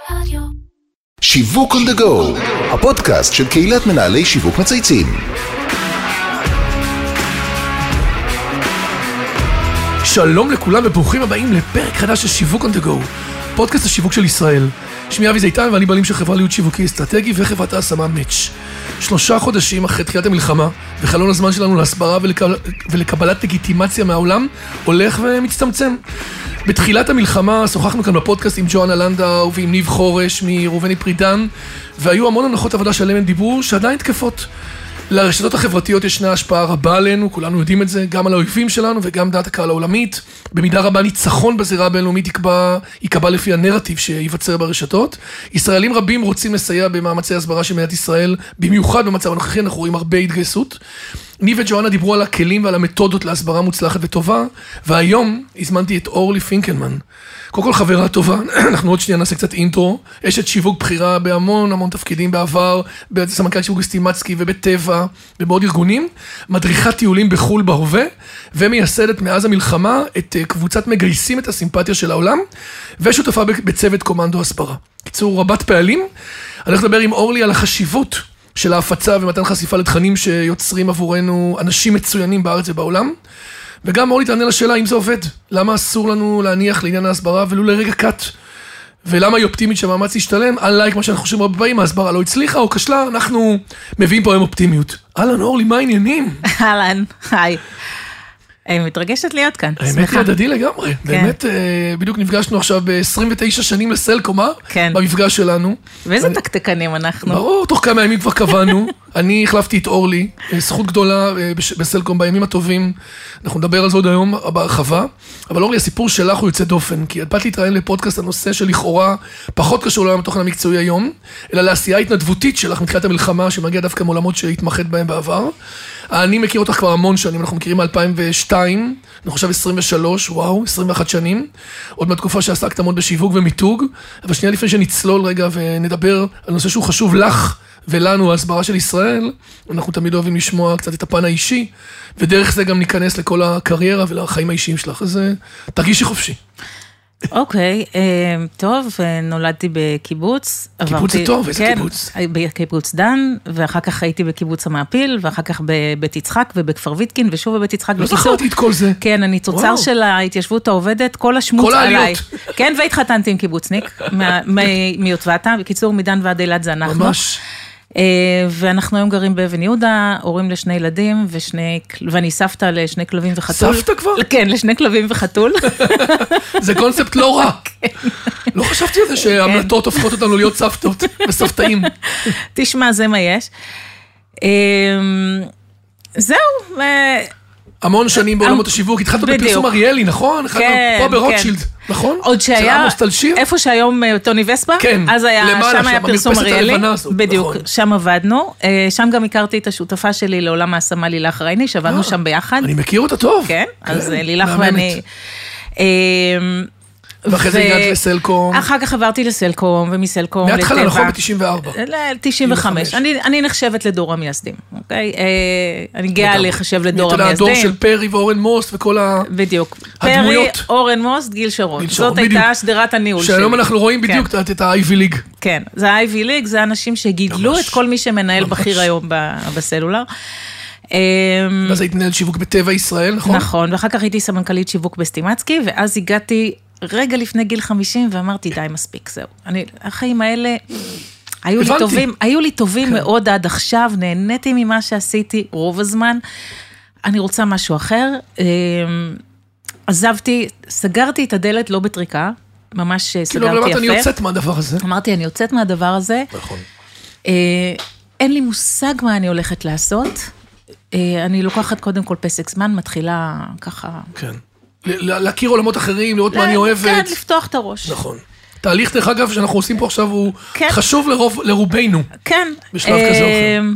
שיווק on the go, הפודקאסט של קהילת מנהלי שיווק מצייצים. שלום לכולם וברוכים הבאים לפרק חדש של שיווק on the go, פודקאסט השיווק של ישראל. שמי אבי זיתן ואני בעלים של חברה להיות שיווקי אסטרטגי וחברת ההשמה מאץ'. 3 חודשים אחרי תחילת המלחמה, וחלון הזמן שלנו להסברה ולקבלת לגיטימציה מהעולם הולך ומצטמצם. בתחילת המלחמה שוחחנו כאן בפודקאסט עם ג'ואנה לנדאו ועם ניב חורש מראובני פרידן, והיו המון הנחות עבודה שעליהם הם דיברו שעדיין תקפות. לרשתות החברתיות ישנה השפעה רבה עלינו, כולנו יודעים את זה, גם על האויבים שלנו וגם דעת הקהל העולמית. במידה רבה ניצחון בזירה הבינלאומית יקבע לפי הנרטיב שיווצר ברשתות. ישראלים רבים רוצים לסייע במאמצי הסברה של מדינת ישראל, במיוחד במצב הנוכחי אנחנו רואים הרבה התגייסות. ניב וג'ואנה דיברו על הכלים ועל המתודות להסברה מוצלחת וטובה, והיום הזמנתי את אורלי פינקלמן. קודם כל חברה טובה, אנחנו עוד שנייה נעשה קצת אינטרו, אשת שיווק בחירה בהמון תפקידים בעבר, בסמנכ"ל שיווק סטימצקי ובטבע, ובעוד ארגונים, מדריכת טיולים בחול בהווה, ומייסדת מאז המלחמה את קבוצת מגייסים את הסימפתיה של העולם, ושותפה בצוות קומנדו הסברה. קיצור רבת פעלים, אני הולך לדבר עם אורלי על החשיבות של ההפצה ומתן חשיפה לתכנים שיוצרים עבורנו אנשים מצוינים בארץ ובעולם, וגם אורלי תענה לשאלה אם זה עובד, למה אסור לנו להניח לעניין ההסברה ולו לרגע קט, ולמה היא אופטימית שהמאמץ ישתלם, עליי כמו שאנחנו חושבים הרבה פעמים, ההסברה לא הצליחה או כשלה, אנחנו מביאים פה היום אופטימיות. אהלן אורלי, מה העניינים? אהלן, היי. מתרגשת להיות כאן, שמחה. האמת היא הדדי לגמרי, באמת בדיוק נפגשנו עכשיו ב-29 שנים לסלקום, במפגש שלנו. ואיזה תקתקנים אנחנו. ברור, תוך כמה ימים כבר קבענו, אני החלפתי את אורלי, זכות גדולה בסלקום בימים הטובים, אנחנו נדבר על זה עוד היום בהרחבה, אבל אורלי, הסיפור שלך הוא יוצא דופן, כי את באת להתראיין לפודקאסט הנושא שלכאורה פחות קשור לעולם התוכן המקצועי היום, אלא לעשייה התנדבותית שלך מתחילת המלחמה, שמגיע דווקא מעולמות שהתמחת בהם בעבר. אני מכיר אותך כבר המון שנים, אנחנו מכירים מ-2002, אני חושב 23, וואו, 21 שנים, עוד מהתקופה שעסקת המון בשיווק ומיתוג, אבל שנייה לפני שנצלול רגע ונדבר על נושא שהוא חשוב לך ולנו, ההסברה של ישראל, אנחנו תמיד אוהבים לשמוע קצת את הפן האישי, ודרך זה גם ניכנס לכל הקריירה ולחיים האישיים שלך, אז תרגישי חופשי. אוקיי, טוב, נולדתי בקיבוץ. קיבוץ זה טוב, איזה קיבוץ? כן, בקיבוץ דן, ואחר כך הייתי בקיבוץ המעפיל, ואחר כך בבית יצחק ובכפר ויתקין, ושוב בבית יצחק. לא זכרתי את כל זה. כן, אני תוצר של ההתיישבות העובדת, כל השמוץ עליי. כן, והתחתנתי עם קיבוצניק, מיוטבתה, בקיצור מדן ועד אילת זה אנחנו. ממש. ואנחנו היום גרים באבן יהודה, הורים לשני ילדים, ואני סבתא לשני כלבים וחתול. סבתא כבר? כן, לשני כלבים וחתול. זה קונספט לא רע. לא חשבתי על זה שהמלטות הופכות אותנו להיות סבתות וסבתאים. תשמע, זה מה יש. זהו. המון שנים בעולמות השיווק, התחלת בפרסום אריאלי, נכון? פה ברוטשילד, נכון? עוד שהיה, איפה שהיום טוני וספה, אז שם היה פרסום אריאלי, בדיוק, שם עבדנו, שם גם הכרתי את השותפה שלי לעולם ההשמה לילך רייני, שעבדנו שם ביחד. אני מכיר אותה טוב. כן, אז לילך ואני... ואחרי זה הגעת לסלקום. אחר כך עברתי לסלקום, ומסלקום לטבע. מהתחלה, נכון, ב-94. 95. אני נחשבת לדור המייסדים, אוקיי? אני גאה לחשב לדור המייסדים. הדור של פרי ואורן מוסט וכל הדמויות. בדיוק. פרי, אורן מוסט, גיל שרון. זאת הייתה שדרת הניהול שלי. שהיום אנחנו רואים בדיוק את ה-Ivy League. כן, זה ה-Ivy League, זה אנשים שגידלו את כל מי שמנהל בכיר היום בסלולר. ואז היית מנהל שיווק בטבע ישראל, נכון? נכון, ואחר כך הייתי סמנכ"לית שיווק בסטימצקי, ואז הגעתי רגע לפני גיל 50, ואמרתי, די, מספיק, זהו. החיים האלה היו לי טובים מאוד עד עכשיו, נהניתי ממה שעשיתי רוב הזמן, אני רוצה משהו אחר, עזבתי, סגרתי את הדלת לא בטריקה, ממש סגרתי יפה. כאילו, אבל אני יוצאת מהדבר הזה. אמרתי, אני יוצאת מהדבר הזה. נכון. אין לי מושג מה אני הולכת לעשות, אני לוקחת קודם כל פסק זמן, מתחילה ככה... כן. להכיר עולמות אחרים, לראות מה אני אוהבת. כן, לפתוח את הראש. נכון. תהליך דרך אגב שאנחנו עושים פה עכשיו הוא חשוב לרובנו. כן. בשלב כזה או אחר.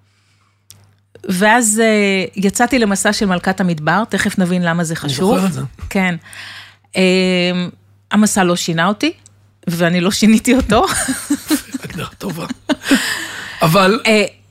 ואז יצאתי למסע של מלכת המדבר, תכף נבין למה זה חשוב. אני זוכר את זה. כן. המסע לא שינה אותי, ואני לא שיניתי אותו. הגדרה טובה. אבל...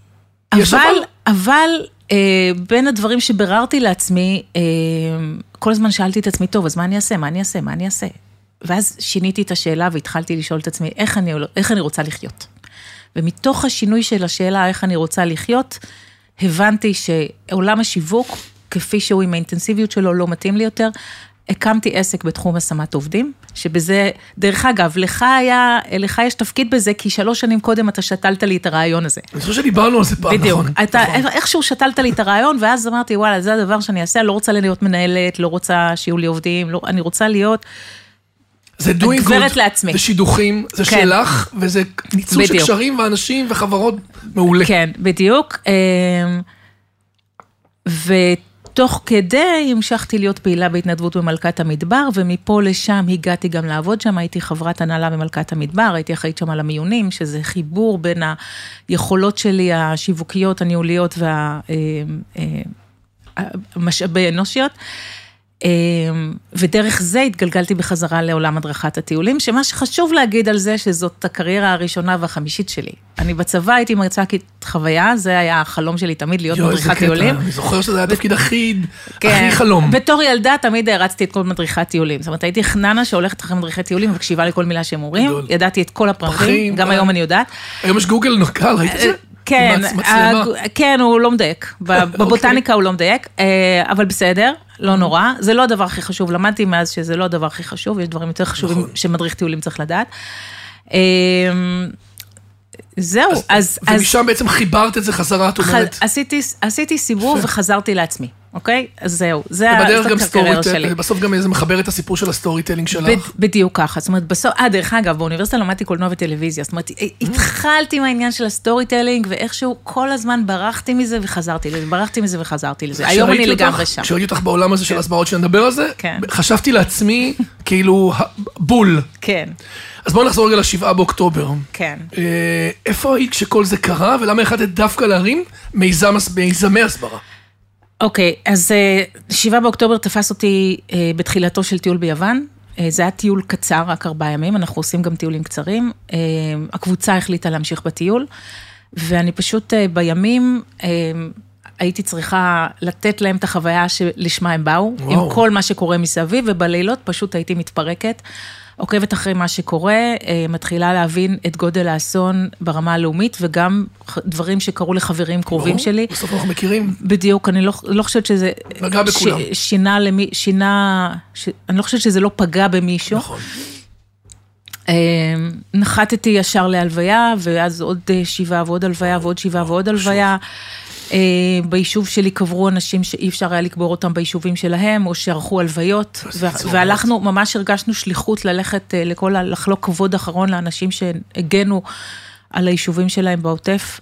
אבל בין הדברים שבררתי לעצמי, כל הזמן שאלתי את עצמי, טוב, אז מה אני אעשה? מה אני אעשה? מה אני אעשה? ואז שיניתי את השאלה והתחלתי לשאול את עצמי, איך אני רוצה לחיות? ומתוך השינוי של השאלה, איך אני רוצה לחיות, הבנתי שעולם השיווק, כפי שהוא עם האינטנסיביות שלו, לא מתאים לי יותר, הקמתי עסק בתחום השמת עובדים, שבזה, דרך אגב, לך יש תפקיד בזה, כי 3 שנים קודם אתה שתלת לי את הרעיון הזה. אני חושב שדיברנו על זה פעם, בדיוק. נכון. אתה איכשהו שתלת לי את הרעיון, ואז אמרתי, וואלה, זה הדבר שאני אעשה, לא רוצה להיות מנהלת, לא רוצה שיהיו לי עובדים, אני רוצה להיות זה doing גברת good, לעצמי. זה שידוכים, זה שלך, וזה ניצול של קשרים ואנשים וחברות מעולה. כן, בדיוק. ותוך כדי המשכתי להיות פעילה בהתנדבות במלכת המדבר, ומפה לשם הגעתי גם לעבוד שם, הייתי חברת הנהלה במלכת המדבר, הייתי אחראית שם על המיונים, שזה חיבור בין היכולות שלי השיווקיות, הניהוליות והמשאבי אנושיות, ודרך זה התגלגלתי בחזרה לעולם הדרכת הטיולים, שמה שחשוב להגיד על זה, שזאת הקריירה הראשונה והחמישית שלי. אני בצבא הייתי מרצקית חוויה, זה היה החלום שלי תמיד להיות מדריכת טיולים. אני זוכר שזה היה תפקיד הכי חלום. בתור ילדה תמיד הרצתי את כל מדריכת טיולים, זאת אומרת הייתי חננה שהולכת אחרי מדריכת טיולים, וקשיבה לכל מילה שהם אומרים, ידעתי את כל הפרחים, גם היום אני יודעת. היום יש גוגל נוקל, ראית את זה? כן, הוא לא מדייק, בבוטניקה הוא לא מדייק, אבל בסדר, לא נורא, זה לא הדבר הכי חשוב, למדתי מאז שזה לא הדבר הכי חשוב, יש דברים יותר חשובים שמדריך טיולים צריך לדעת. זהו, אז... ומשם בעצם חיברת את זה חזרה, את אומרת. עשיתי סיבוב וחזרתי לעצמי, אוקיי? אז זהו, זה הקריירה שלי. בסוף גם זה מחבר את הסיפור של הסטורי טלינג שלך. בדיוק ככה, זאת אומרת, בסוף, דרך אגב, באוניברסיטה למדתי קולנוע וטלוויזיה, זאת אומרת, התחלתי מהעניין של הסטורי טלינג, ואיכשהו כל הזמן ברחתי מזה וחזרתי לזה, ברחתי מזה וחזרתי לזה. היום אני לגמרי שם. כשראיתי אותך בעולם הזה של הסברות שנדבר על זה, חשבתי לעצמי, כאילו, בול. כן. אז בואו נחזור רגע ל7 באוקטובר. כן. איפה היית כשכל זה קרה, ולמה החלטת דווקא להרים מיזמי הסברה? אוקיי, אז 7 באוקטובר תפס אותי בתחילתו של טיול ביוון, זה היה טיול קצר, רק 4 ימים, אנחנו עושים גם טיולים קצרים, הקבוצה החליטה להמשיך בטיול, ואני פשוט בימים הייתי צריכה לתת להם את החוויה שלשמה הם באו, עם כל מה שקורה מסביב, ובלילות פשוט הייתי מתפרקת, עוקבת אחרי מה שקורה, מתחילה להבין את גודל האסון ברמה הלאומית, וגם דברים שקרו לחברים קרובים שלי. בסוף אנחנו מכירים. בדיוק, אני לא חושבת שזה... פגע בכולם. אני לא חושבת שזה לא פגע במישהו. נכון. נחתתי ישר להלוויה, ואז עוד 7 ועוד הלוויה, ועוד 7 ועוד הלוויה. ביישוב שלי קברו אנשים שאי אפשר היה לקבור אותם ביישובים שלהם, או שערכו הלוויות, והלכנו, ממש הרגשנו שליחות ללכת לחלוק כבוד אחרון לאנשים שהגנו על היישובים שלהם בעוטף,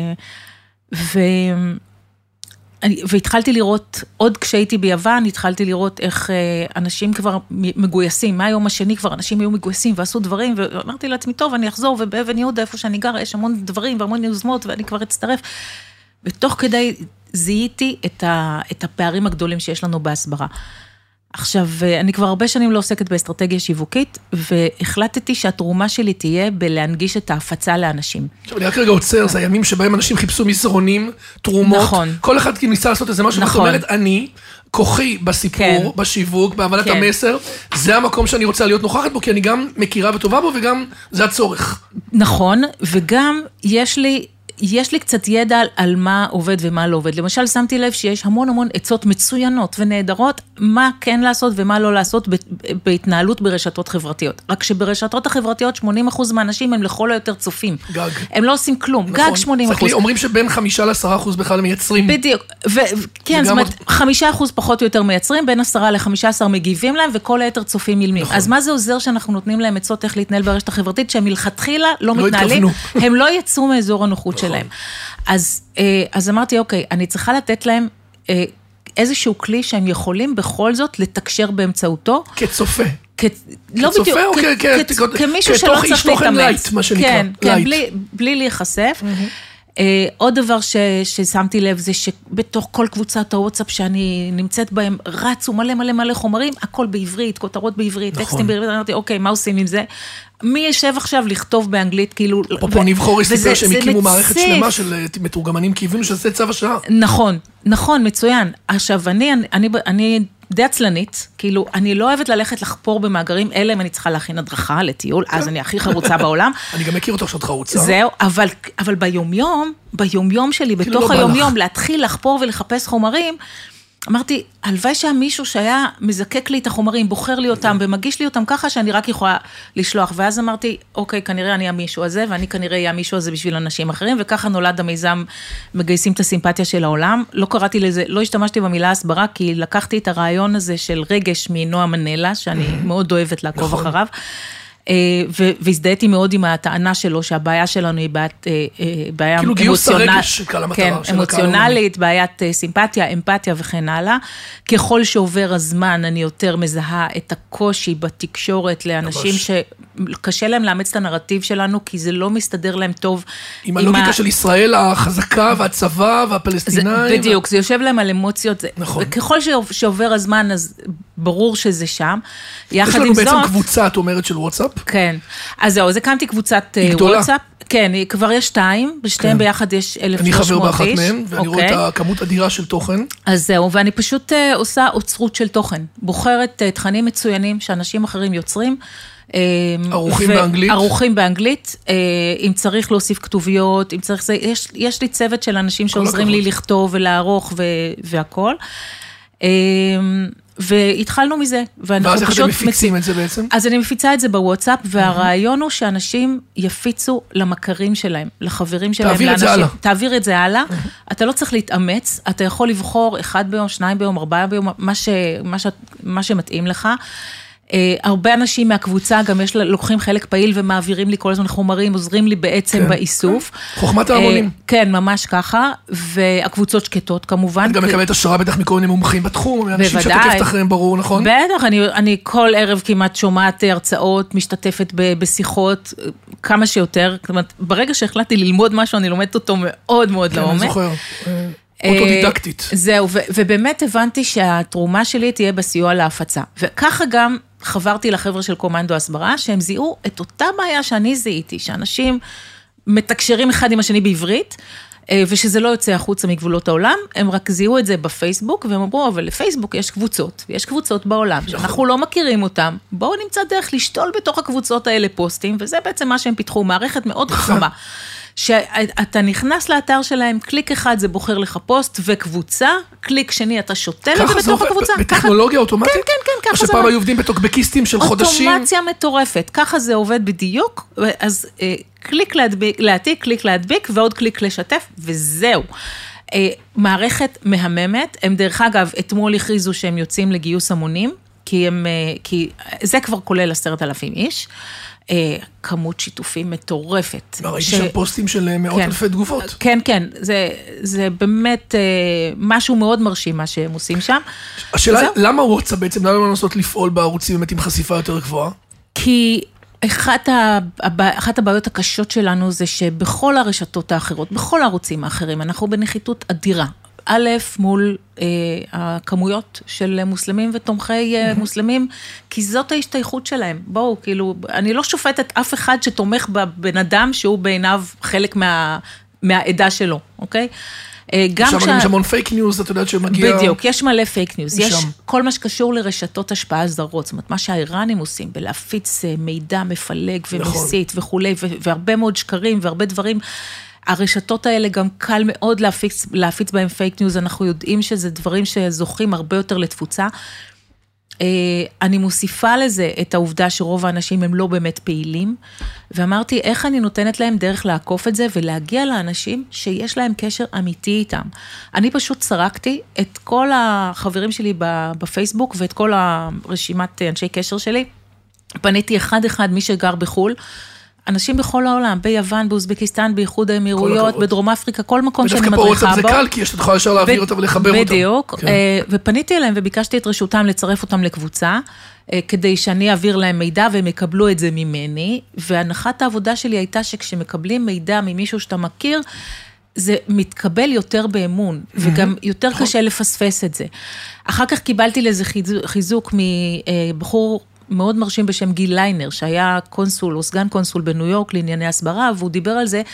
והתחלתי לראות, עוד כשהייתי ביוון, התחלתי לראות איך אנשים כבר מגויסים, מהיום השני כבר אנשים היו מגויסים ועשו דברים, ואמרתי לעצמי, טוב, אני אחזור, ובאבן יהודה, איפה שאני גר, יש המון דברים והמון יוזמות, ואני כבר אצטרף. ותוך כדי זיהיתי את הפערים הגדולים שיש לנו בהסברה. עכשיו, אני כבר הרבה שנים לא עוסקת באסטרטגיה שיווקית, והחלטתי שהתרומה שלי תהיה בלהנגיש את ההפצה לאנשים. עכשיו, אני רק רגע עוצר, זה הימים שבהם אנשים חיפשו מסרונים, תרומות, נכון. כל אחד ניסה לעשות איזה משהו, ואת אומרת, אני, כוחי בסיפור, בשיווק, בהבנת המסר, זה המקום שאני רוצה להיות נוכחת בו, כי אני גם מכירה וטובה בו, וגם זה הצורך. נכון, וגם יש לי קצת ידע על מה עובד ומה לא עובד. למשל, שמתי לב שיש המון עצות מצוינות ונהדרות, מה כן לעשות ומה לא לעשות בהתנהלות ברשתות חברתיות. רק שברשתות החברתיות 80% מהאנשים הם לכל היותר צופים. גג. הם לא עושים כלום, גג 80%. אומרים שבין 5-10% בכלל מייצרים. בדיוק, כן, זאת אומרת, 5% פחות או יותר מייצרים, בין 10-15 מגיבים להם, וכל היותר צופים אילמים. אז מה זה עוזר שאנחנו נותנים להם עצות איך להתנהל ברשת החברתית, שהם מלכתחילה לא מתנהלים, הם לא יצאו מאזור הנוחות שלהם. אז אמרתי, אוקיי, אני צריכה לתת להם איזשהו כלי שהם יכולים בכל זאת לתקשר באמצעותו. כצופה. לא בדיוק, כמישהו שלא צריך להתאמץ. כן, בלי להיחשף. עוד דבר ששמתי לב זה שבתוך כל קבוצת הוואטסאפ שאני נמצאת בהם, רצו מלא חומרים, הכל בעברית, כותרות בעברית, טקסטים בעברית, אני אמרתי, אוקיי, מה עושים עם זה? מי ישב עכשיו לכתוב באנגלית, כאילו... פה נבחור סיפר שהם הקימו מערכת שלמה של מתורגמנים, כי הבינו שזה צו השעה. נכון, מצוין. עכשיו, אני די עצלנית, כאילו, אני לא אוהבת ללכת לחפור במאגרים, אלא אם אני צריכה להכין הדרכה לטיול, אז אני הכי חרוצה בעולם. אני גם מכיר אותך שאת חרוצה. זהו, אבל ביומיום שלי, בתוך היומיום, להתחיל לחפור ולחפש חומרים, אמרתי, הלוואי שהיה מישהו שהיה מזקק לי את החומרים, בוחר לי אותם ומגיש לי אותם ככה שאני רק יכולה לשלוח. ואז אמרתי, אוקיי, כנראה אני המישהו הזה, ואני כנראה אהיה המישהו הזה בשביל אנשים אחרים, וככה נולד המיזם, מגייסים את הסימפתיה של העולם. לא קראתי לזה, לא השתמשתי במילה הסברה, כי לקחתי את הרעיון הזה של רגש מנועה מנלה, שאני מאוד אוהבת לעקוב אחריו. והזדהיתי מאוד עם הטענה שלו, שהבעיה שלנו היא בעיה כאילו גיוס הרגש שקל המטרה. כן, אמוציונלית, בעיית סימפתיה, אמפתיה וכן הלאה. ככל שעובר הזמן, אני יותר מזהה את הקושי בתקשורת לאנשים שקשה להם לאמץ את הנרטיב שלנו, כי זה לא מסתדר להם טוב. עם הלוגיקה של ישראל החזקה והצבא והפלסטינאים. בדיוק, זה יושב להם על אמוציות. נכון. וככל שעובר הזמן, אז ברור שזה שם. יש לנו בעצם קבוצה, את אומרת, של וואטסאפ? כן. אז זהו, אז הקמתי קבוצת וואטסאפ. כן, כבר יש 2, בשתיהם ביחד יש 1,300 איש. אני חבר באחת מהם, ואני רואה את הכמות אדירה של תוכן. אז זהו, ואני פשוט עושה אוצרות של תוכן. בוחרת תכנים מצוינים שאנשים אחרים יוצרים. ערוכים באנגלית. ערוכים באנגלית, אם צריך להוסיף כתוביות, אם צריך זה, יש לי צוות של אנשים שעוזרים לי לכתוב ולערוך והכל. והתחלנו מזה. ואז איך אתם מפיצים את זה בעצם? אז אני מפיצה את זה בוואטסאפ, והרעיון הוא שאנשים יפיצו למכרים שלהם, לחברים שלהם. תעביר את זה הלאה. תעביר את זה הלאה. אתה לא צריך להתאמץ, אתה יכול לבחור 1 ביום, 2 ביום, 4 ביום, מה שמתאים לך. הרבה אנשים מהקבוצה גם לוקחים חלק פעיל ומעבירים לי כל הזמן חומרים, עוזרים לי בעצם באיסוף. חוכמת ההמונים. כן, ממש ככה, והקבוצות שקטות כמובן. את גם מקבלת השראה בטח מכל מיני מומחים בתחום, אנשים שתוקפת אחריהם ברור, נכון? בטח, אני כל ערב כמעט שומעת הרצאות, משתתפת בשיחות, כמה שיותר, זאת אומרת, ברגע שהחלטתי ללמוד משהו, אני לומדת אותו מאוד מאוד לעומק. כן, אני זוכר. אוטודידקטית. זהו, ובאמת הבנתי שהתרומה שלי תהיה בסיוע להפצה. וככה גם חברתי לחבר'ה של קומנדו הסברה, שהם זיהו את אותה בעיה שאני זיהיתי, שאנשים מתקשרים אחד עם השני בעברית, ושזה לא יוצא החוצה מגבולות העולם, הם רק זיהו את זה בפייסבוק, והם אמרו, אבל לפייסבוק יש קבוצות, ויש קבוצות בעולם, שאנחנו לא מכירים אותם, בואו נמצא דרך לשתול בתוך הקבוצות האלה פוסטים, וזה בעצם מה שהם פיתחו, מערכת מאוד חכמה. שאתה נכנס לאתר שלהם, קליק אחד זה בוחר לך פוסט וקבוצה, קליק שני אתה שוטל את זה בתוך הקבוצה. בטכנולוגיה אוטומטית? כן, כן, כן, ככה זה. שפעם היו עובדים בטוקבקיסטים של חודשים. אוטומציה מטורפת, ככה זה עובד בדיוק, אז קליק להעתיק, קליק להדביק, ועוד קליק לשתף, וזהו. מערכת מהממת, הם דרך אגב, אתמול הכריזו שהם יוצאים לגיוס המונים, כי זה כבר כולל 10,000 איש, כמות שיתופים מטורפת. ראיתי שם פוסטים של מאות אלפי תגובות. כן, כן, זה באמת משהו מאוד מרשים מה שהם עושים שם. השאלה, למה וואטסאפ בעצם, למה לא לנסות לפעול בערוצים באמת עם חשיפה יותר גבוהה? כי אחת הבעיות הקשות שלנו זה שבכל הרשתות האחרות, בכל הערוצים האחרים, אנחנו בנחיתות אדירה. א', מול הכמויות של מוסלמים ותומכי מוסלמים, כי זאת ההשתייכות שלהם. בואו, כאילו, אני לא שופטת אף אחד שתומך בבן אדם שהוא בעיניו חלק מהעדה שלו, אוקיי? עכשיו יש המון פייק ניוז, את יודעת שמגיע... בדיוק, יש מלא פייק ניוז. יש כל מה שקשור לרשתות השפעה זרות, זאת אומרת, מה שהאיראנים עושים, בלהפיץ מידע מפלג ומסית וכו', והרבה מאוד שקרים והרבה דברים... הרשתות האלה גם קל מאוד להפיץ בהם פייק ניוז, אנחנו יודעים שזה דברים שזוכים הרבה יותר לתפוצה. אני מוסיפה לזה את העובדה שרוב האנשים הם לא באמת פעילים, ואמרתי איך אני נותנת להם דרך לעקוף את זה, ולהגיע לאנשים שיש להם קשר אמיתי איתם. אני פשוט סרקתי את כל החברים שלי בפייסבוק, ואת כל הרשימת אנשי קשר שלי, פניתי אחד מי שגר בחול, אנשים בכל העולם, ביוון, באוזבקיסטן, באיחוד האמירויות, בדרום אפריקה, כל מקום שאני מדריכה בו. ודווקא פה זה קל, כי יש לך ישר להעביר אותם ולחבר אותם. בדיוק, ופניתי אליהם וביקשתי את רשותם לצרף אותם לקבוצה, כדי שאני אעביר להם מידע והם יקבלו את זה ממני, והנחת העבודה שלי הייתה שכשמקבלים מידע ממישהו שאתה מכיר, זה מתקבל יותר באמון, וגם יותר קשה לפספס את זה. אחר כך קיבלתי לזה חיזוק מבחור מאוד מרשים בשם גיל ליינר, שהיה קונסול או סגן קונסול בניו יורק לענייני הסברה, והוא דיבר על זה,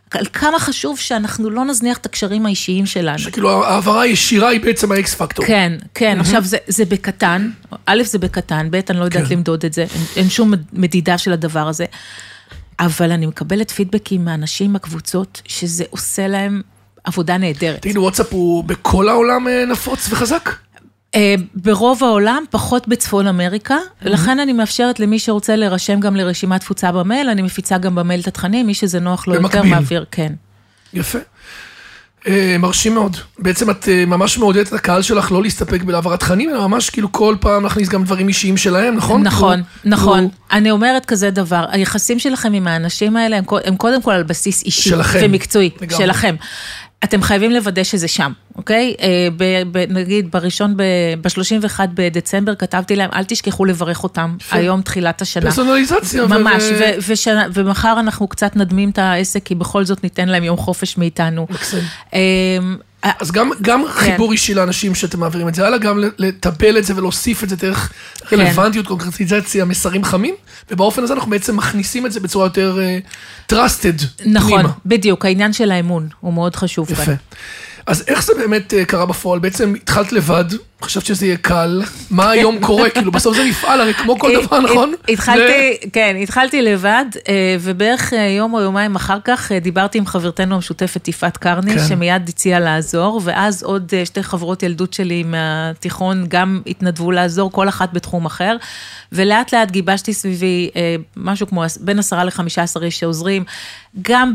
על כמה חשוב שאנחנו לא נזניח את הקשרים האישיים שלנו. שכאילו העברה הישירה היא בעצם האקס פקטור. כן, כן, עכשיו זה בקטן, א' זה בקטן, ב' אני לא יודעת למדוד את זה, אין שום מדידה של הדבר הזה, אבל אני מקבלת פידבקים מאנשים מהקבוצות, שזה עושה להם עבודה נהדרת. תגידו, וואטסאפ הוא בכל העולם נפוץ וחזק? ברוב העולם, פחות בצפון אמריקה, ולכן אני מאפשרת למי שרוצה להירשם גם לרשימת תפוצה במייל, אני מפיצה גם במייל את התכנים, מי שזה נוח לו יותר מעביר, כן. יפה. מרשים מאוד. בעצם את ממש מעודדת את הקהל שלך לא להסתפק בהעברת תכנים, אלא ממש כאילו כל פעם להכניס גם דברים אישיים שלהם, נכון? נכון, נכון. אני אומרת כזה דבר, היחסים שלכם עם האנשים האלה, הם קודם כל על בסיס אישי ומקצועי, שלכם. אתם חייבים לוודא שזה שם, אוקיי? נגיד, ב-31 בדצמבר כתבתי להם, אל תשכחו לברך אותם, היום תחילת השנה. פרסונליזציה. ממש, ומחר אנחנו קצת נדמים את העסק, כי בכל זאת ניתן להם יום חופש מאיתנו. אז גם חיבור אישי לאנשים שאתם מעבירים את זה, אלא גם לטפל את זה ולהוסיף את זה דרך רלוונטיות, קונקרטיזציה, מסרים חמים, ובאופן הזה אנחנו בעצם מכניסים את זה בצורה יותר trusted. נכון, בדיוק, העניין של האמון הוא מאוד חשוב. יפה. אז איך זה באמת קרה בפועל? בעצם התחלת לבד, חשבת שזה יהיה קל, מה היום קורה? כאילו בסוף זה נפעל, הרי כמו כל דבר, נכון? התחלתי לבד, ובערך יום או יומיים אחר כך דיברתי עם חברתנו המשותפת יפעת קרני, שמיד הציעה לעזור, ואז עוד שתי חברות ילדות שלי מהתיכון גם התנדבו לעזור, כל אחת בתחום אחר, ולאט לאט גיבשתי סביבי משהו כמו בין 10 ל-15 איש שעוזרים, גם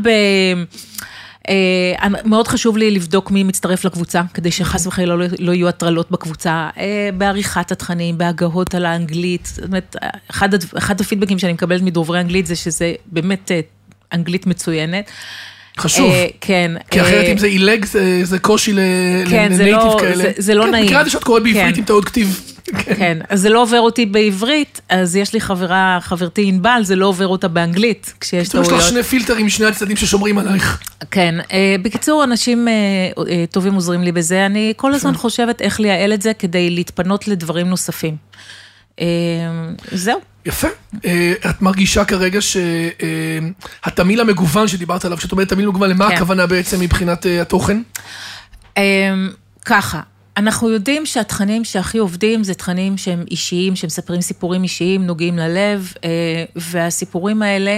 מאוד חשוב לי לבדוק מי מצטרף לקבוצה, כדי שחס וחלילה לא יהיו הטרלות בקבוצה, בעריכת התכנים, בהגהות על האנגלית, זאת אומרת, אחד הפידבקים שאני מקבלת מדוברי אנגלית, זה שזה באמת אנגלית מצוינת. חשוב. כן. כי אחרת אם זה אילג, זה קושי לנייטיב כאלה. זה לא נעים. מקרה זה שאת קוראת בעברית עם טעות כתיב. כן, אז זה לא עובר אותי בעברית, אז יש לי חברתי ענבל, זה לא עובר אותה באנגלית, כשיש טעויות. יש לך שני פילטרים, שני הצדדים ששומרים עלייך. כן, בקיצור, אנשים טובים עוזרים לי בזה, אני כל הזמן חושבת איך לייעל את זה, כדי להתפנות לדברים נוספים. זהו. יפה. את מרגישה כרגע שהתמיל המגוון שדיברת עליו, שאת אומרת תמיל מגוון, למה הכוונה בעצם מבחינת התוכן? ככה. אנחנו יודעים שהתכנים שהכי עובדים, זה תכנים שהם אישיים, שמספרים סיפורים אישיים, נוגעים ללב, והסיפורים האלה,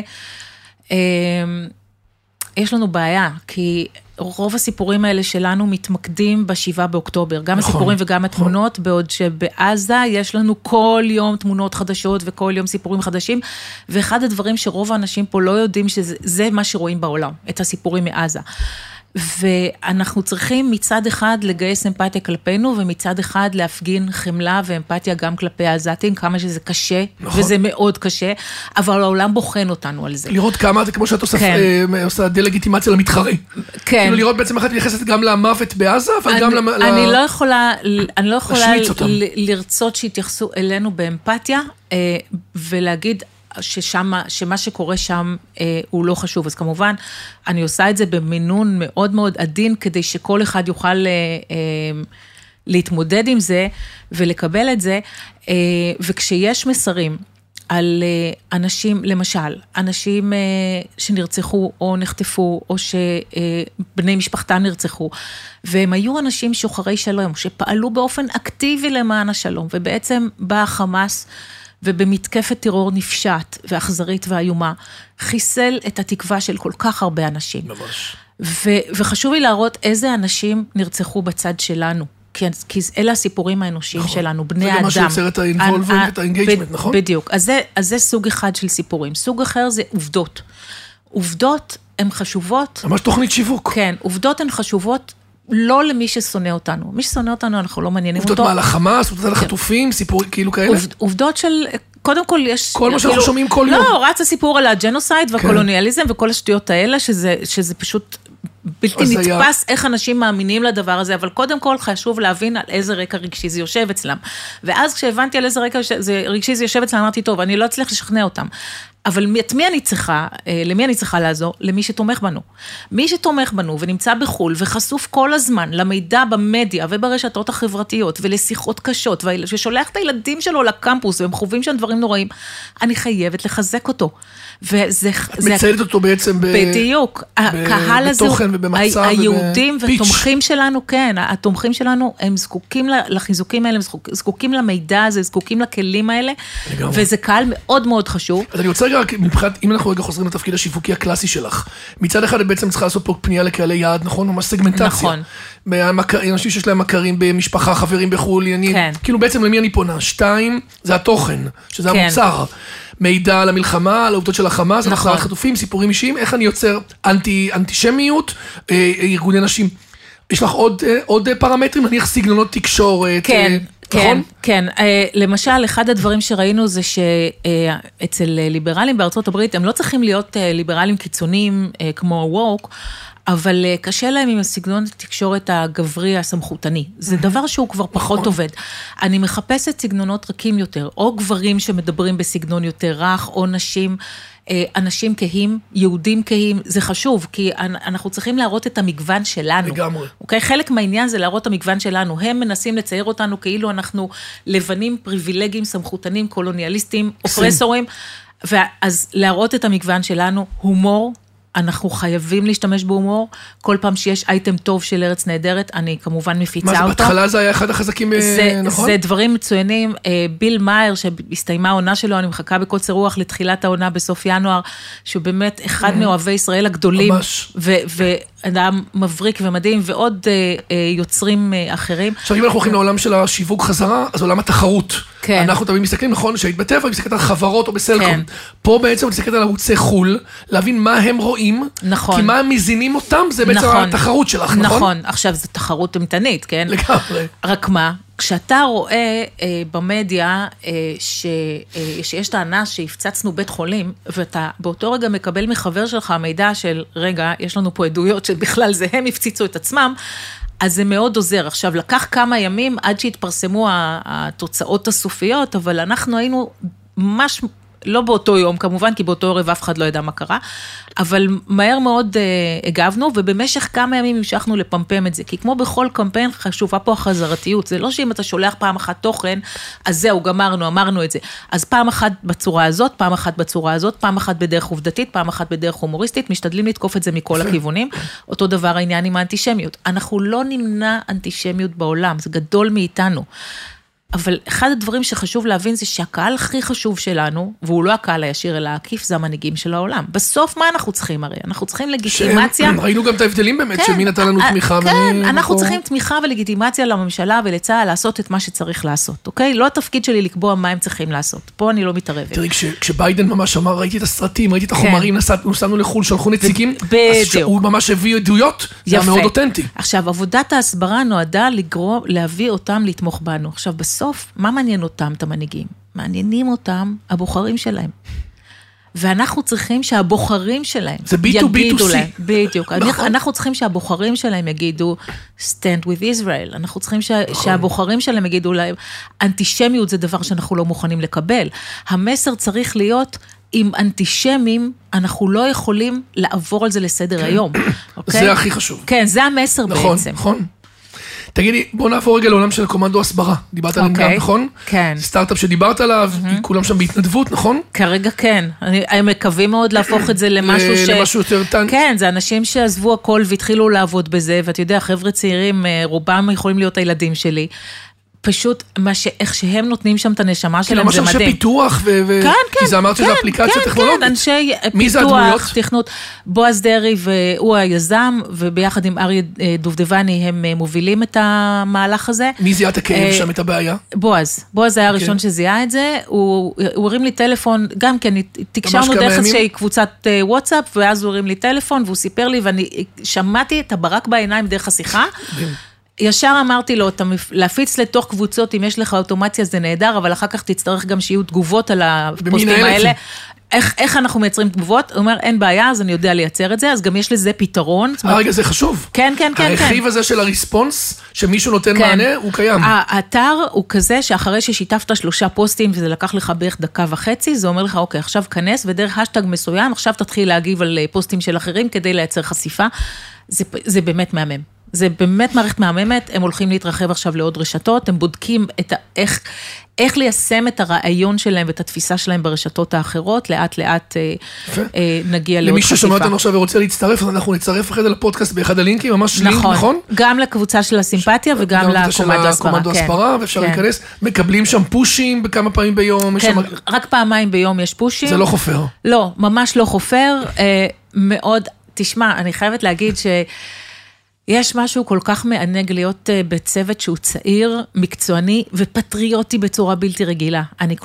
יש לנו בעיה, כי רוב הסיפורים האלה שלנו מתמקדים ב7 באוקטובר, גם הסיפורים וגם התמונות, בעוד שבעזה יש לנו כל יום תמונות חדשות, וכל יום סיפורים חדשים, ואחד הדברים שרוב האנשים פה לא יודעים, שזה מה שרואים בעולם, את הסיפורים מעזה. ואנחנו צריכים מצד אחד לגייס אמפתיה כלפינו, ומצד אחד להפגין חמלה ואמפתיה גם כלפי העזתים, כמה שזה קשה, וזה מאוד קשה, אבל העולם בוחן אותנו על זה. לראות כמה, זה כמו שאת עושה דלגיטימציה למתחרה. כן. כאילו לראות בעצם אחת מתייחסת גם למוות בעזה, אבל גם אני לא יכולה לרצות שיתייחסו אלינו באמפתיה, ולהגיד, שמה שקורה שם הוא לא חשוב. אז כמובן, אני עושה את זה במינון מאוד מאוד עדין, כדי שכל אחד יוכל להתמודד עם זה, ולקבל את זה, וכשיש מסרים על אנשים, למשל, אנשים שנרצחו או נחטפו, או שבני משפחתם נרצחו, והם היו אנשים שוחרי שלום, שפעלו באופן אקטיבי למען השלום, ובעצם בא החמאס, ובמתקפת טרור נפשט ואכזרית ואיומה, חיסל את התקווה של כל כך הרבה אנשים. ממש. וחשוב לי להראות איזה אנשים נרצחו בצד שלנו, כי אלה הסיפורים האנושיים שלנו, בני האדם. זה גם מה שיוצר את ה-involvement ואת ה-engagement, נכון? בדיוק. אז זה סוג אחד של סיפורים. סוג אחר זה עובדות. עובדות הן חשובות. ממש תוכנית שיווק. כן, עובדות הן חשובות, לא למי ששונא אותנו. מי ששונא אותנו, אנחנו לא מעניינים אותו. עובדות מה, לחמאס, עובדות על החטופים, סיפורים כאילו כאלה? עובדות של, קודם כל יש... כל מה שאנחנו שומעים כל יום. לא, רץ הסיפור על הג'נוסייד והקולוניאליזם וכל השטויות האלה, שזה פשוט בלתי נתפס איך אנשים מאמינים לדבר הזה, אבל קודם כל חשוב להבין על איזה רקע רגשי זה יושב אצלם. ואז כשהבנתי על איזה רקע רגשי זה יושב אצלם, אמרתי, טוב, אני לא אצליח לשכנע אותם. אבל למי אני צריכה לעזור? למי שתומך בנו. מי שתומך בנו ונמצא בחול וחשוף כל הזמן למידע במדיה וברשתות החברתיות ולשיחות קשות, ושולח את הילדים שלו לקמפוס והם חווים שם דברים נוראים, אני חייבת לחזק אותו. את מציידת אותו בעצם בדיוק. הקהל הזה, בתוכן ובמצב. היהודים ותומכים שלנו, כן, התומכים שלנו, הם זקוקים לחיזוקים האלה, הם זקוקים למידע הזה, זקוקים לכלים האלה, וזה קהל מאוד מאוד חשוב. אז אני רוצה רק, מבחינת, אם אנחנו רגע חוזרים לתפקיד השיווקי הקלאסי שלך, מצד אחד בעצם צריכה לעשות פה פנייה לקהלי יעד, נכון? ממש סגמנטציה. נכון. אנשים שיש להם מכרים במשפחה, חברים בחו"ל, כאילו בעצם למי אני פונה? 2, זה התוכן, שזה המוצר. מידע על המלחמה, על העובדות של החמאס, על החזרת חטופים, סיפורים אישיים, איך אני יוצר אנטישמיות, ארגוני נשים. יש לך עוד פרמטרים, נניח סגנונות תקשורת, נכון? כן, למשל, אחד הדברים שראינו זה שאצל ליברלים בארצות הברית, הם לא צריכים להיות ליברלים קיצוניים כמו ווק, אבל קשה להם עם הסגנון התקשורת הגברי הסמכותני. זה דבר שהוא כבר פחות עובד. אני מחפשת סגנונות רכים יותר, או גברים שמדברים בסגנון יותר רך, או נשים, אנשים כהים, יהודים כהים, זה חשוב, כי אנחנו צריכים להראות את המגוון שלנו. לגמרי. אוקיי? חלק מהעניין זה להראות את המגוון שלנו. הם מנסים לצייר אותנו כאילו אנחנו לבנים, פריבילגיים, סמכותנים, קולוניאליסטים, אופרסורים, ואז להראות את המגוון שלנו, הומור, אנחנו חייבים להשתמש בהומור, כל פעם שיש אייטם טוב של ארץ נהדרת, אני כמובן מפיצה אותו. מה זה, בהתחלה זה היה אחד החזקים, נכון? זה דברים מצוינים, ביל מאייר, שהסתיימה העונה שלו, אני מחכה בקוצר רוח לתחילת העונה בסוף ינואר, שהוא באמת אחד מאוהבי ישראל הגדולים, ואדם מבריק ומדהים, ועוד יוצרים אחרים. עכשיו, אם אנחנו הולכים לעולם של השיווק חזרה, אז עולם התחרות. אנחנו תמיד מסתכלים, נכון, שהיית בטבע, מסתכלת על חברות או בסלקום. פה בעצם מסתכלת על ערוצי חול, להבין מה הם רואים, כי מה הם מזינים אותם, זה בעצם התחרות שלך, נכון? נכון, עכשיו זו תחרות אמתנית, כן? לגמרי. רק מה? כשאתה רואה במדיה שיש טענה שהפצצנו בית חולים, ואתה באותו רגע מקבל מחבר שלך מידע של, רגע, יש לנו פה עדויות שבכלל זה הם הפציצו את עצמם, אז זה מאוד עוזר. עכשיו, לקח כמה ימים עד שהתפרסמו התוצאות הסופיות, אבל אנחנו היינו ממש לא באותו יום, כמובן, כי באותו ערב אף אחד לא ידע מה קרה, אבל מהר מאוד הגבנו, ובמשך כמה ימים המשכנו לפמפם את זה, כי כמו בכל קמפיין חשובה פה החזרתיות, זה לא שאם אתה שולח פעם אחת תוכן, אז זהו, גמרנו, אמרנו את זה. אז פעם אחת בצורה הזאת, פעם אחת בצורה הזאת, פעם אחת בדרך עובדתית, פעם אחת בדרך הומוריסטית, משתדלים לתקוף את זה מכל הכיוונים. אותו דבר העניין עם האנטישמיות. אנחנו לא נמנע אנטישמיות בעולם, זה גדול מאיתנו. אבל אחד הדברים שחשוב להבין זה שהקהל הכי חשוב שלנו, והוא לא הקהל הישיר אלא העקיף, זה המנהיגים של העולם. בסוף מה אנחנו צריכים הרי? אנחנו צריכים לגיטימציה. ראינו גם את ההבדלים באמת, שמי נתן לנו תמיכה. כן, אנחנו צריכים תמיכה ולגיטימציה לממשלה ולצה"ל לעשות את מה שצריך לעשות, אוקיי? לא התפקיד שלי לקבוע מה הם צריכים לעשות. פה אני לא מתערבת. תראי, כשביידן ממש אמר, ראיתי את הסרטים, ראיתי את החומרים, נסענו לחול, שלחו נציגים, אז הוא ממש הביא עדויות, זה היה מאוד אותנטי. עכשיו, עבודת ההסברה נועדה להביא אותם לתמוך בנו. עכשיו, בסוף, מה מעניין אותם, את המנהיגים? מעניינים אותם הבוחרים שלהם. ואנחנו צריכים שהבוחרים שלהם יגידו להם. בדיוק. אנחנו צריכים שהבוחרים שלהם יגידו, stand with Israel. אנחנו צריכים שהבוחרים שלהם יגידו להם, אנטישמיות זה דבר שאנחנו לא מוכנים לקבל. המסר צריך להיות, עם אנטישמים, אנחנו לא יכולים לעבור על זה לסדר היום. זה הכי חשוב. כן, זה המסר בעצם. נכון. תגידי, בוא נעבור רגע לעולם של קומנדו הסברה. דיברת עליהם גם, נכון? כן. סטארט-אפ שדיברת עליו, כולם שם בהתנדבות, נכון? כרגע כן. הם מקווים מאוד להפוך את זה למשהו יותר טן. כן, זה אנשים שעזבו הכל והתחילו לעבוד בזה, ואתה יודע, חבר'ה צעירים, רובם יכולים להיות הילדים שלי. פשוט איך שהם נותנים שם את הנשמה שלהם, זה מדהים. ממש אנשי פיתוח, כי זה אמרת שזה אפליקציה טכנולוגית. כן, אנשי מי זה הדמויות? פיתוח, תכנות. בועז דרי והוא היזם, וביחד עם אריה דובדבני הם מובילים את המהלך הזה. מי זיהה את הכאב שם, את הבעיה? בועז היה הראשון שזיהה את זה, הוא הרים לי טלפון, גם כן, תקשרנו דרך איזושהי קבוצת וואטסאפ, ואז הוא הרים לי טלפון, והוא סיפר לי, ואני שמעתי את הברק בעיניים דרך השיחה, ישר אמרתי לו, להפיץ לתוך קבוצות, אם יש לך אוטומציה זה נהדר, אבל אחר כך תצטרך גם שיהיו תגובות על הפוסטים האלה. איך אנחנו מייצרים תגובות? הוא אומר, אין בעיה, אז אני יודע לייצר את זה, אז גם יש לזה פתרון. רגע, זה חשוב. כן. הרכיב הזה של הריספונס, שמישהו נותן מענה, הוא קיים. האתר הוא כזה שאחרי ששיתפת 3 פוסטים, וזה לקח לך בערך 1.5 דקות, זה אומר לך, אוקיי, עכשיו כנס, ודרך השטג מסוים, עכשיו תתחיל להגיב על פוסטים של אחרים, כדי לייצר חשיפה. זה באמת מהמם. זה באמת מערכת מהממת, הם הולכים להתרחב עכשיו לעוד רשתות, הם בודקים איך ליישם את הרעיון שלהם ואת התפיסה שלהם ברשתות האחרות, לאט לאט נגיע לעוד חשיפה. למי ששומע אותנו עכשיו ורוצה להצטרף, אז אנחנו נצרף אחרי זה לפודקאסט באחד הלינקים, ממש לינק, נכון? גם לקבוצה של הסימפתיה וגם לקומנדו הסברה, ואפשר להיכנס, מקבלים שם פושים בכמה פעמים ביום. כן, רק פעמיים ביום יש פושים. זה לא חופר. לא, ממש לא חופר, מאוד, תשמע, אני חייבת להגיד ש... יש משהו כל כך מענג להיות בצוות שהוא צעיר, מקצועני ופטריוטי בצורה בלתי רגילה. אני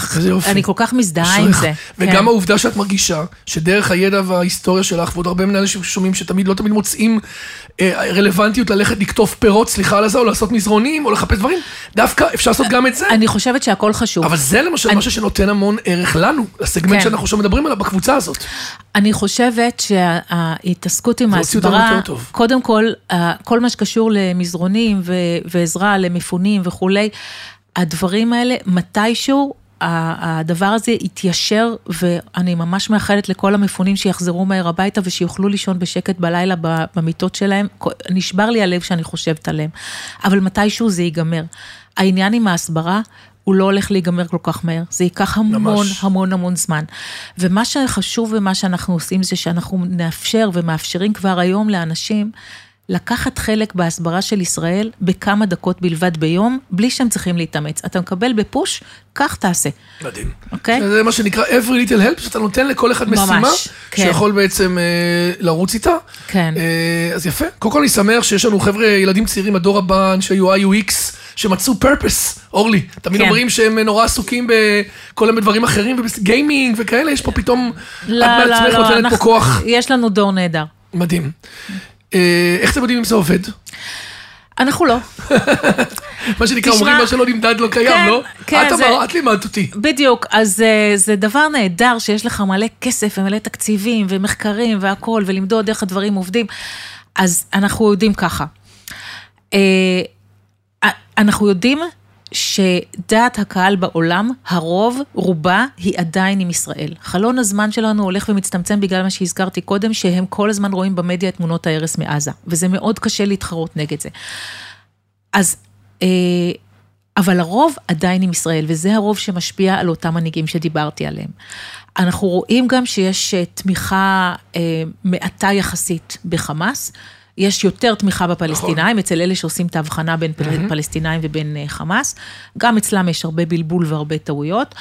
כל כך מזדהה עם זה. וגם העובדה שאת מרגישה שדרך הידע וההיסטוריה שלך, ועוד הרבה מנהלים ששומעים שתמיד לא תמיד מוצאים רלוונטיות ללכת לקטוף פירות, סליחה על זה, או לעשות מזרונים, או לחפש דברים. דווקא אפשר לעשות גם את זה. אני חושבת שהכל חשוב. אבל זה למשל משהו שנותן המון ערך לנו, לסגמנט שאנחנו עכשיו מדברים עליו בקבוצה הזאת. אני חושבת שההתעסקות עם ההסברה, קודם כל מה שקשור למזרונים ועזרה למפונים וכולי, הדברים האלה, מתישהו הדבר הזה יתיישר, ואני ממש מאחלת לכל המפונים שיחזרו מהר הביתה, ושיוכלו לישון בשקט בלילה במיטות שלהם, נשבר לי הלב שאני חושבת עליהם, אבל מתישהו זה ייגמר. העניין עם ההסברה, הוא לא הולך להיגמר כל כך מהר, זה ייקח המון זמן. ומה שחשוב ומה שאנחנו עושים, זה שאנחנו נאפשר ומאפשרים כבר היום לאנשים, לקחת חלק בהסברה של ישראל בכמה דקות בלבד ביום, בלי שהם צריכים להתאמץ. אתה מקבל בפוש, כך תעשה. מדהים. אוקיי? זה מה שנקרא every little help, שאתה נותן לכל אחד משימה, שיכול בעצם לרוץ איתה. כן. אז יפה. קודם כל אני שמח שיש לנו חבר'ה, ילדים צעירים, הדור הבא, אנשי UI, UX, שמצאו purpose, אורלי. תמיד אומרים שהם נורא עסוקים בכל מיני דברים אחרים, ובגיימינג וכאלה, יש פה פתאום, את מעצמך נותנת פה כוח. יש לנו דור נהדר. מדהים. איך אתם יודעים אם זה עובד? אנחנו לא. מה שנקרא, אומרים מה שלא נמדד לא קיים, לא? את לימדת אותי. בדיוק, אז זה דבר נהדר שיש לך מלא כסף ומלא תקציבים ומחקרים והכל, ולמדוד איך הדברים עובדים. אז אנחנו יודעים ככה. אנחנו יודעים שדעת הקהל בעולם, הרוב, רובה, היא עדיין עם ישראל. חלון הזמן שלנו הולך ומצטמצם בגלל מה שהזכרתי קודם, שהם כל הזמן רואים במדיה את תמונות ההרס מעזה, וזה מאוד קשה להתחרות נגד זה. אז, אבל הרוב עדיין עם ישראל, וזה הרוב שמשפיע על אותם מנהיגים שדיברתי עליהם. אנחנו רואים גם שיש תמיכה מעטה יחסית בחמאס, יש יותר תמיכה בפלסטינאים, אצל אלה שעושים את ההבחנה בין פלסטינאים ובין חמאס, גם אצלם יש הרבה בלבול והרבה טעויות,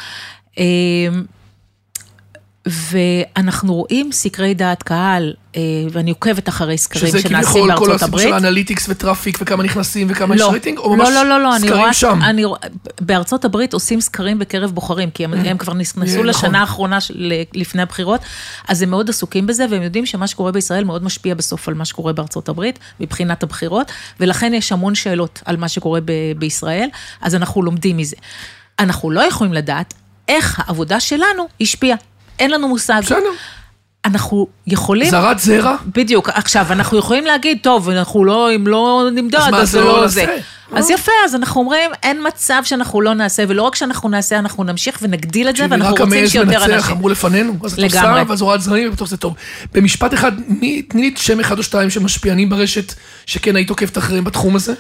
ואנחנו רואים סקרי דעת קהל, ואני עוקבת אחרי סקרים שנעשים בארצות הברית. שזה כביכול כל הסיפור של האנליטיקס וטראפיק, וכמה נכנסים וכמה יש רייטינג, או ממש סקרים שם? בארצות הברית עושים סקרים בקרב בוחרים, כי הם כבר נכנסו לשנה האחרונה לפני הבחירות, אז הם מאוד עסוקים בזה, והם יודעים שמה שקורה בישראל מאוד משפיע בסוף על מה שקורה בארצות הברית, מבחינת הבחירות, ולכן יש המון שאלות על מה שקורה בישראל, אז אנחנו לומדים מזה. אנחנו לא יכולים לדעת איך העבודה שלנו השפיעה. אין לנו מושג. בסדר. אנחנו יכולים... זרת זרע? בדיוק. עכשיו, אנחנו יכולים להגיד, טוב, אנחנו לא, אם לא נמדוד, אז זה לא זה. אז יפה, אז אנחנו אומרים, אין מצב שאנחנו לא נעשה, ולא רק שאנחנו נעשה, אנחנו נמשיך ונגדיל את זה, ואנחנו רוצים שיותר אנשים. אמרו לפנינו, אז את עושה, ואז הוראת זרעים, ובטוח זה טוב. במשפט אחד, תני לי שם אחד או שתיים שמשפיענים ברשת, שכן היית עוקבת אחריהם בתחום הזה?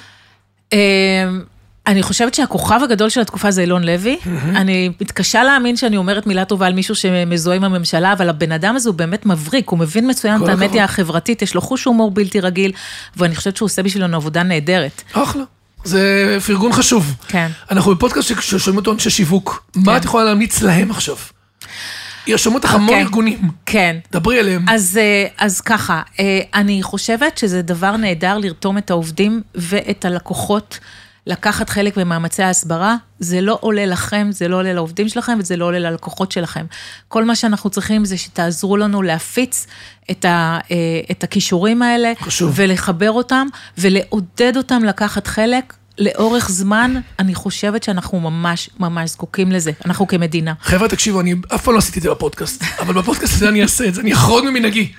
אני חושבת שהכוכב הגדול של התקופה זה אילון לוי, אני מתקשה להאמין שאני אומרת מילה טובה על מישהו שמזוהה עם הממשלה, אבל הבן אדם הזה הוא באמת מבריק, הוא מבין מצוין את המדיה החברתית, יש לו חוש הומור בלתי רגיל, ואני חושבת שהוא עושה בשבילנו עבודה נהדרת. אחלה, זה פרגון חשוב. כן. אנחנו בפודקאסט ששומעים אותו אנשי שיווק, מה את יכולה להמליץ להם עכשיו? ירשמו אותך המון ארגונים. כן. דברי עליהם. אז ככה, אני חושבת שזה דבר נהדר לרתום את העובדים ואת הלקוחות, לקחת חלק במאמצי ההסברה, זה לא עולה לכם, זה לא עולה לעובדים שלכם, וזה לא עולה ללקוחות שלכם. כל מה שאנחנו צריכים זה שתעזרו לנו להפיץ את הכישורים האלה, חשוב. ולחבר אותם, ולעודד אותם לקחת חלק, לאורך זמן, אני חושבת שאנחנו ממש ממש זקוקים לזה, אנחנו כמדינה. חבר'ה, תקשיבו, אני אף פעם לא עשיתי את זה בפודקאסט, אבל בפודקאסט הזה אני אעשה את זה, אני אחרוג ממנהגי.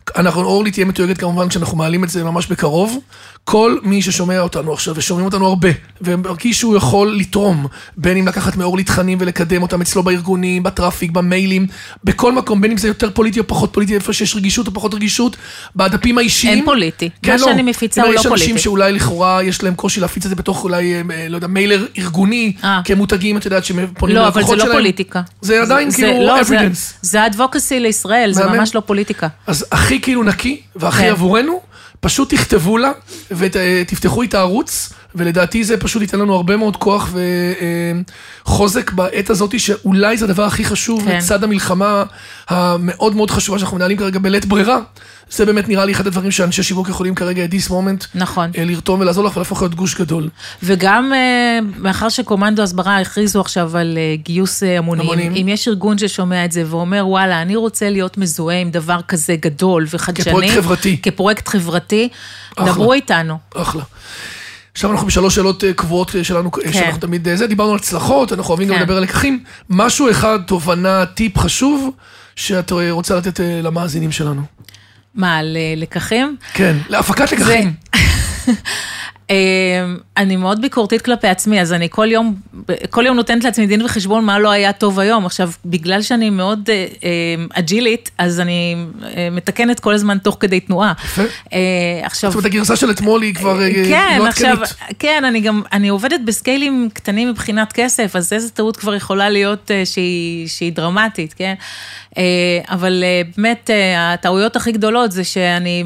אורלי תהיה מתויגת כמובן כשאנחנו מעלים את זה ממש בקרוב. כל מי ששומע אותנו עכשיו, ושומעים אותנו הרבה, ומרגיש שהוא יכול לתרום, בין אם לקחת מאורלי תכנים ולקדם אותם אצלו בארגונים, בטראפיק, במיילים, בכל מקום, בין אם זה יותר פוליטי או פחות פוליטי, איפה שיש רגישות או פחות רגישות, בדפים האישיים. אין פוליטי. מה שאני מפיצה הוא לא פוליטי. יש אנשים שאולי לכאורה יש להם קושי להפיץ את זה בתוך אולי, לא יודע, מיילר ארגוני, כמותגים, את יודעת, שפונים לא, אבל זה לא פוליטיקה. זה עדיין כאילו evidence. זה advocacy לישראל, זה ממש לא פוליטיקה. אז הכי כאילו נקי, והכי עבורנו, פשוט תכתבו לה, ותפתחו את הערוץ, ולדעתי זה פשוט ייתן לנו הרבה מאוד כוח וחוזק בעת הזאת, שאולי זה הדבר הכי חשוב, לצד המלחמה המאוד מאוד חשובה, שאנחנו מנהלים כרגע בלית ברירה, זה באמת נראה לי אחד הדברים שאנשי שיווק יכולים כרגע, at this moment, נכון. לרתום ולעזור לך, ולהפוך להיות גוש גדול. וגם מאחר שקומנדו הסברה הכריזו עכשיו על גיוס המונים, אם יש ארגון ששומע את זה ואומר, וואלה, אני רוצה להיות מזוהה עם דבר כזה גדול וחדשני. כפרויקט חברתי. כפרויקט חברתי, דברו איתנו. אחלה. עכשיו אנחנו בשלוש שאלות קבועות שלנו, שאנחנו תמיד זה, דיברנו על הצלחות, אנחנו אוהבים גם לדבר על לקחים. משהו אחד, תובנה, טיפ חשוב, שאת רוצה לתת למאזינים שלנו. מה, על לקחים? כן, להפקת לקחים. אני מאוד ביקורתית כלפי עצמי, אז אני כל יום נותנת לעצמי דין וחשבון מה לא היה טוב היום. עכשיו, בגלל שאני מאוד אג'ילית, אז אני מתקנת כל הזמן תוך כדי תנועה. יפה. זאת אומרת, הגרסה של אתמול היא כבר לא עדכנית. כן, אני עובדת בסקיילים קטנים מבחינת כסף, אז איזו טעות כבר יכולה להיות שהיא דרמטית, כן? אבל באמת, הטעויות הכי גדולות זה שאני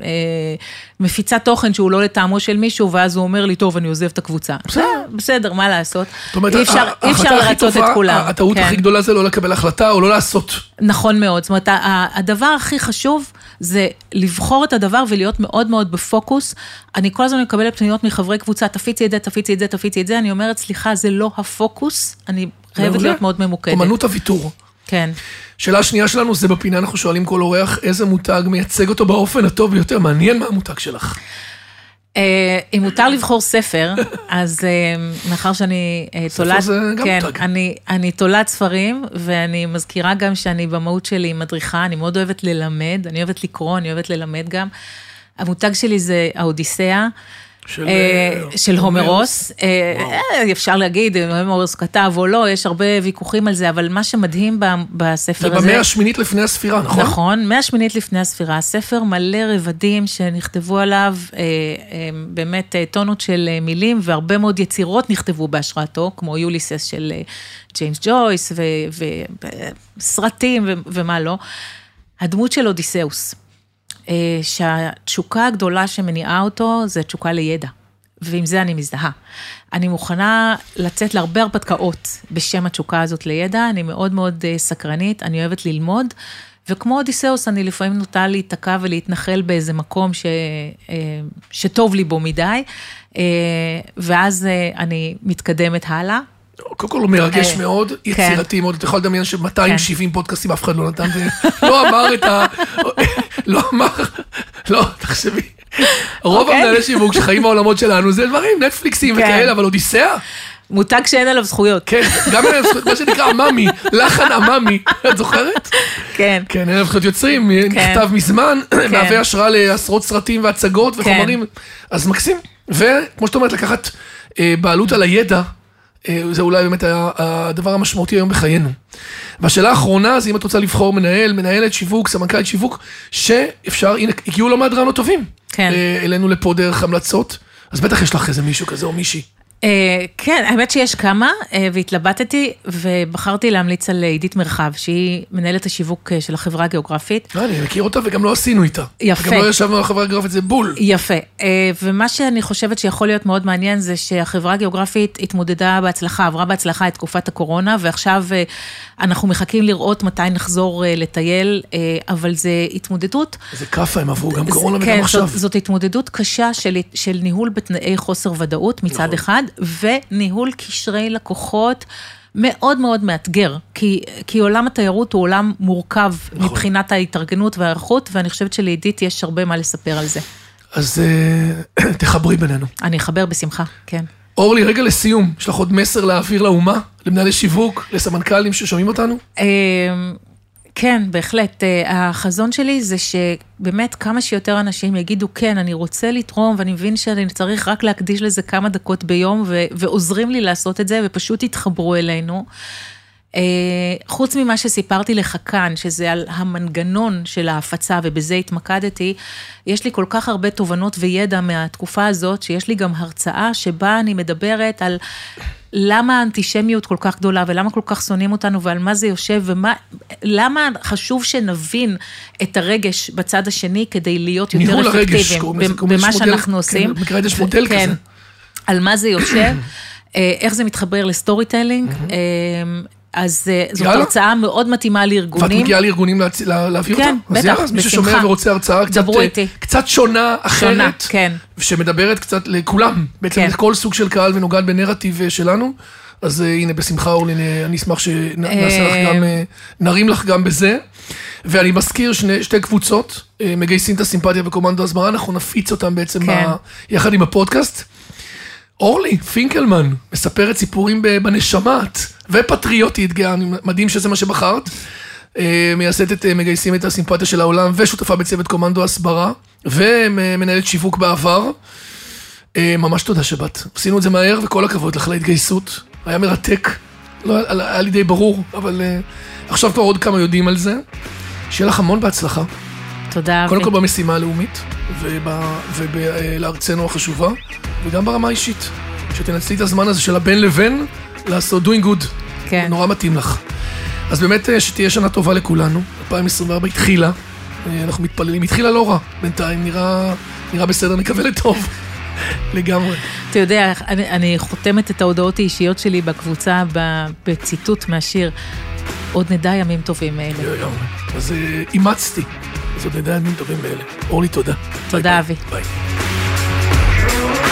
מפיצה תוכן שהוא לא לטעמו של מישהו, ואז הוא אומר לי, טוב, אני עוזב את הקבוצה. בסדר, מה לעשות? אי אפשר לרצות את כולם. הטעות הכי גדולה זה לא לקבל החלטה או לא לעשות. נכון מאוד. זאת אומרת, הדבר הכי חשוב זה לבחור את הדבר ולהיות מאוד מאוד בפוקוס. אני כל הזמן מקבלת פניות מחברי קבוצה, תפיצי את זה, תפיצי את זה, תפיצי את זה. אני אומרת, סליחה, זה לא הפוקוס. אני חייבת להיות מאוד ממוקדת. אומנות הוויתור. כן. שאלה השנייה שלנו, זה בפינה, אנחנו שואלים כל אורח, איזה מותג מייצג אותו באופן הטוב ביותר? מעניין מה המותג שלך. אם מותר לבחור ספר, אז מאחר שאני תולעת, כן, אני תולעת ספרים, ואני מזכירה גם שאני במהות שלי מדריכה, אני מאוד אוהבת ללמד, אני אוהבת לקרוא, אני אוהבת ללמד גם. המותג שלי זה האודיסאה, של הומרוס, אפשר להגיד, אם הומרוס כתב או לא, יש הרבה ויכוחים על זה, אבל מה שמדהים בספר הזה... זה במאה השמינית לפני הספירה, נכון? נכון, מאה השמינית לפני הספירה, הספר מלא רבדים שנכתבו עליו, באמת טונות של מילים, והרבה מאוד יצירות נכתבו בהשראתו, כמו יוליסס של ג'יימס ג'ויס, וסרטים ומה לא. הדמות של אודיסאוס. שהתשוקה הגדולה שמניעה אותו, זה תשוקה לידע. ועם זה אני מזדהה. אני מוכנה לצאת להרבה הרפתקאות בשם התשוקה הזאת לידע, אני מאוד מאוד סקרנית, אני אוהבת ללמוד, וכמו אודיסאוס, אני לפעמים נוטה להתעקע ולהתנחל באיזה מקום שטוב לי בו מדי, ואז אני מתקדמת הלאה. קודם כל הוא מרגש מאוד, יצירתי מאוד, אתה יכול לדמיין ש270 פודקאסטים אף אחד לא נתן, ולא אמר את ה... לא, תחשבי. רוב המנהלי שיווק שחיים בעולמות שלנו, זה דברים, נטפליקסים וכאלה, אבל אודיסאה. מותג שאין עליו זכויות. כן, גם אין עליו זכויות, מה שנקרא אממי, לחן אממי, את זוכרת? כן. כן, אין עליו זכויות יוצרים, נכתב מזמן, מהווה השראה לעשרות סרטים והצגות וחומרים, אז מקסים. וכמו שאת אומרת, לקחת בעלות על הידע, זה אולי באמת הדבר המשמעותי היום בחיינו. והשאלה האחרונה, זה אם את רוצה לבחור מנהלת שיווק, סמנכ"לית שיווק, שאפשר, הנה, הגיעו לא מעט רעיונות טובים. כן. אלינו לפה דרך המלצות, אז בטח יש לך איזה מישהו כזה או מישהי. כן, האמת שיש כמה, והתלבטתי, ובחרתי להמליץ על עידית מרחב, שהיא מנהלת השיווק של החברה הגיאוגרפית. אני מכיר אותה וגם לא עשינו איתה. יפה. גם לא ישבנו על החברה הגיאוגרפית, זה בול. יפה. ומה שאני חושבת שיכול להיות מאוד מעניין, זה שהחברה הגיאוגרפית התמודדה בהצלחה, עברה בהצלחה את תקופת הקורונה, ועכשיו אנחנו מחכים לראות מתי נחזור לטייל, אבל זה התמודדות. זה קפה, הם עברו גם קורונה וגם עכשיו. כן, זאת התמודדות קשה של ניהול בתנאי חוסר ודאות מצד אחד, וניהול קשרי לקוחות מאוד מאוד מאתגר, כי עולם התיירות הוא עולם מורכב מבחינת ההתארגנות והערכות, ואני חושבת שלעידית יש הרבה מה לספר על זה. אז תחברי בינינו. אני אחבר בשמחה, כן. אורלי, רגע לסיום, יש לך עוד מסר להעביר לאומה, למנהלי שיווק, לסמנכ"לים ששומעים אותנו? כן, בהחלט. החזון שלי זה שבאמת כמה שיותר אנשים יגידו, כן, אני רוצה לתרום, ואני מבין שאני צריך רק להקדיש לזה כמה דקות ביום, ועוזרים לי לעשות את זה, ופשוט יתחברו אלינו. חוץ ממה שסיפרתי לך כאן, שזה על המנגנון של ההפצה, ובזה התמקדתי, יש לי כל כך הרבה תובנות וידע מהתקופה הזאת, שיש לי גם הרצאה שבה אני מדברת על למה האנטישמיות כל כך גדולה, ולמה כל כך שונאים אותנו, ועל מה זה יושב, ולמה חשוב שנבין את הרגש בצד השני, כדי להיות יותר אפקטיביים במה שאנחנו עושים. מקרה יש מודל כזה. על מה זה יושב, איך זה מתחבר לסטורי טיילינג, אז זאת הרצאה מאוד מתאימה לארגונים. ואת מגיעה לארגונים להביא אותה? כן, בטח, מי ששומע ורוצה הרצאה קצת שונה, אחרת, שמדברת קצת לכולם, בעצם לכל סוג של קהל ונוגעת בנרטיב שלנו, אז הנה בשמחה אורלי, אני אשמח שנעשה לך גם, נרים לך גם בזה, ואני מזכיר שתי קבוצות, מגייסים את הסימפתיה וקומנדו הסברה, אנחנו נפיץ אותם בעצם יחד עם הפודקאסט, אורלי פינקלמן, מספרת סיפורים בנשמת, ופטריוטית גם, מדהים שזה מה שבחרת, מייסדת מגייסים את הסימפתיה של העולם, ושותפה בצוות קומנדו הסברה, ומנהלת שיווק בעבר. ממש תודה שבאת. עשינו את זה מהר, וכל הכבוד לך להתגייסות. היה מרתק, לא היה לי די ברור, אבל עכשיו כבר עוד כמה יודעים על זה. שיהיה לך המון בהצלחה. תודה. קודם כל במשימה הלאומית, ולארצנו החשובה, וגם ברמה האישית, שתנצלי את הזמן הזה של הבין לבין, לעשות doing good. כן. נורא מתאים לך. אז באמת שתהיה שנה טובה לכולנו. 2024 התחילה, אנחנו מתפללים, התחילה לא רע, בינתיים נראה בסדר, נקווה לטוב. לגמרי. אתה יודע, אני חותמת את ההודעות האישיות שלי בקבוצה, בציטוט מהשיר, עוד נדע ימים טובים מאלה. אז אימצתי. אז עוד נדע ימים טובים מאלה. אורלי, תודה. תודה, אבי. ביי.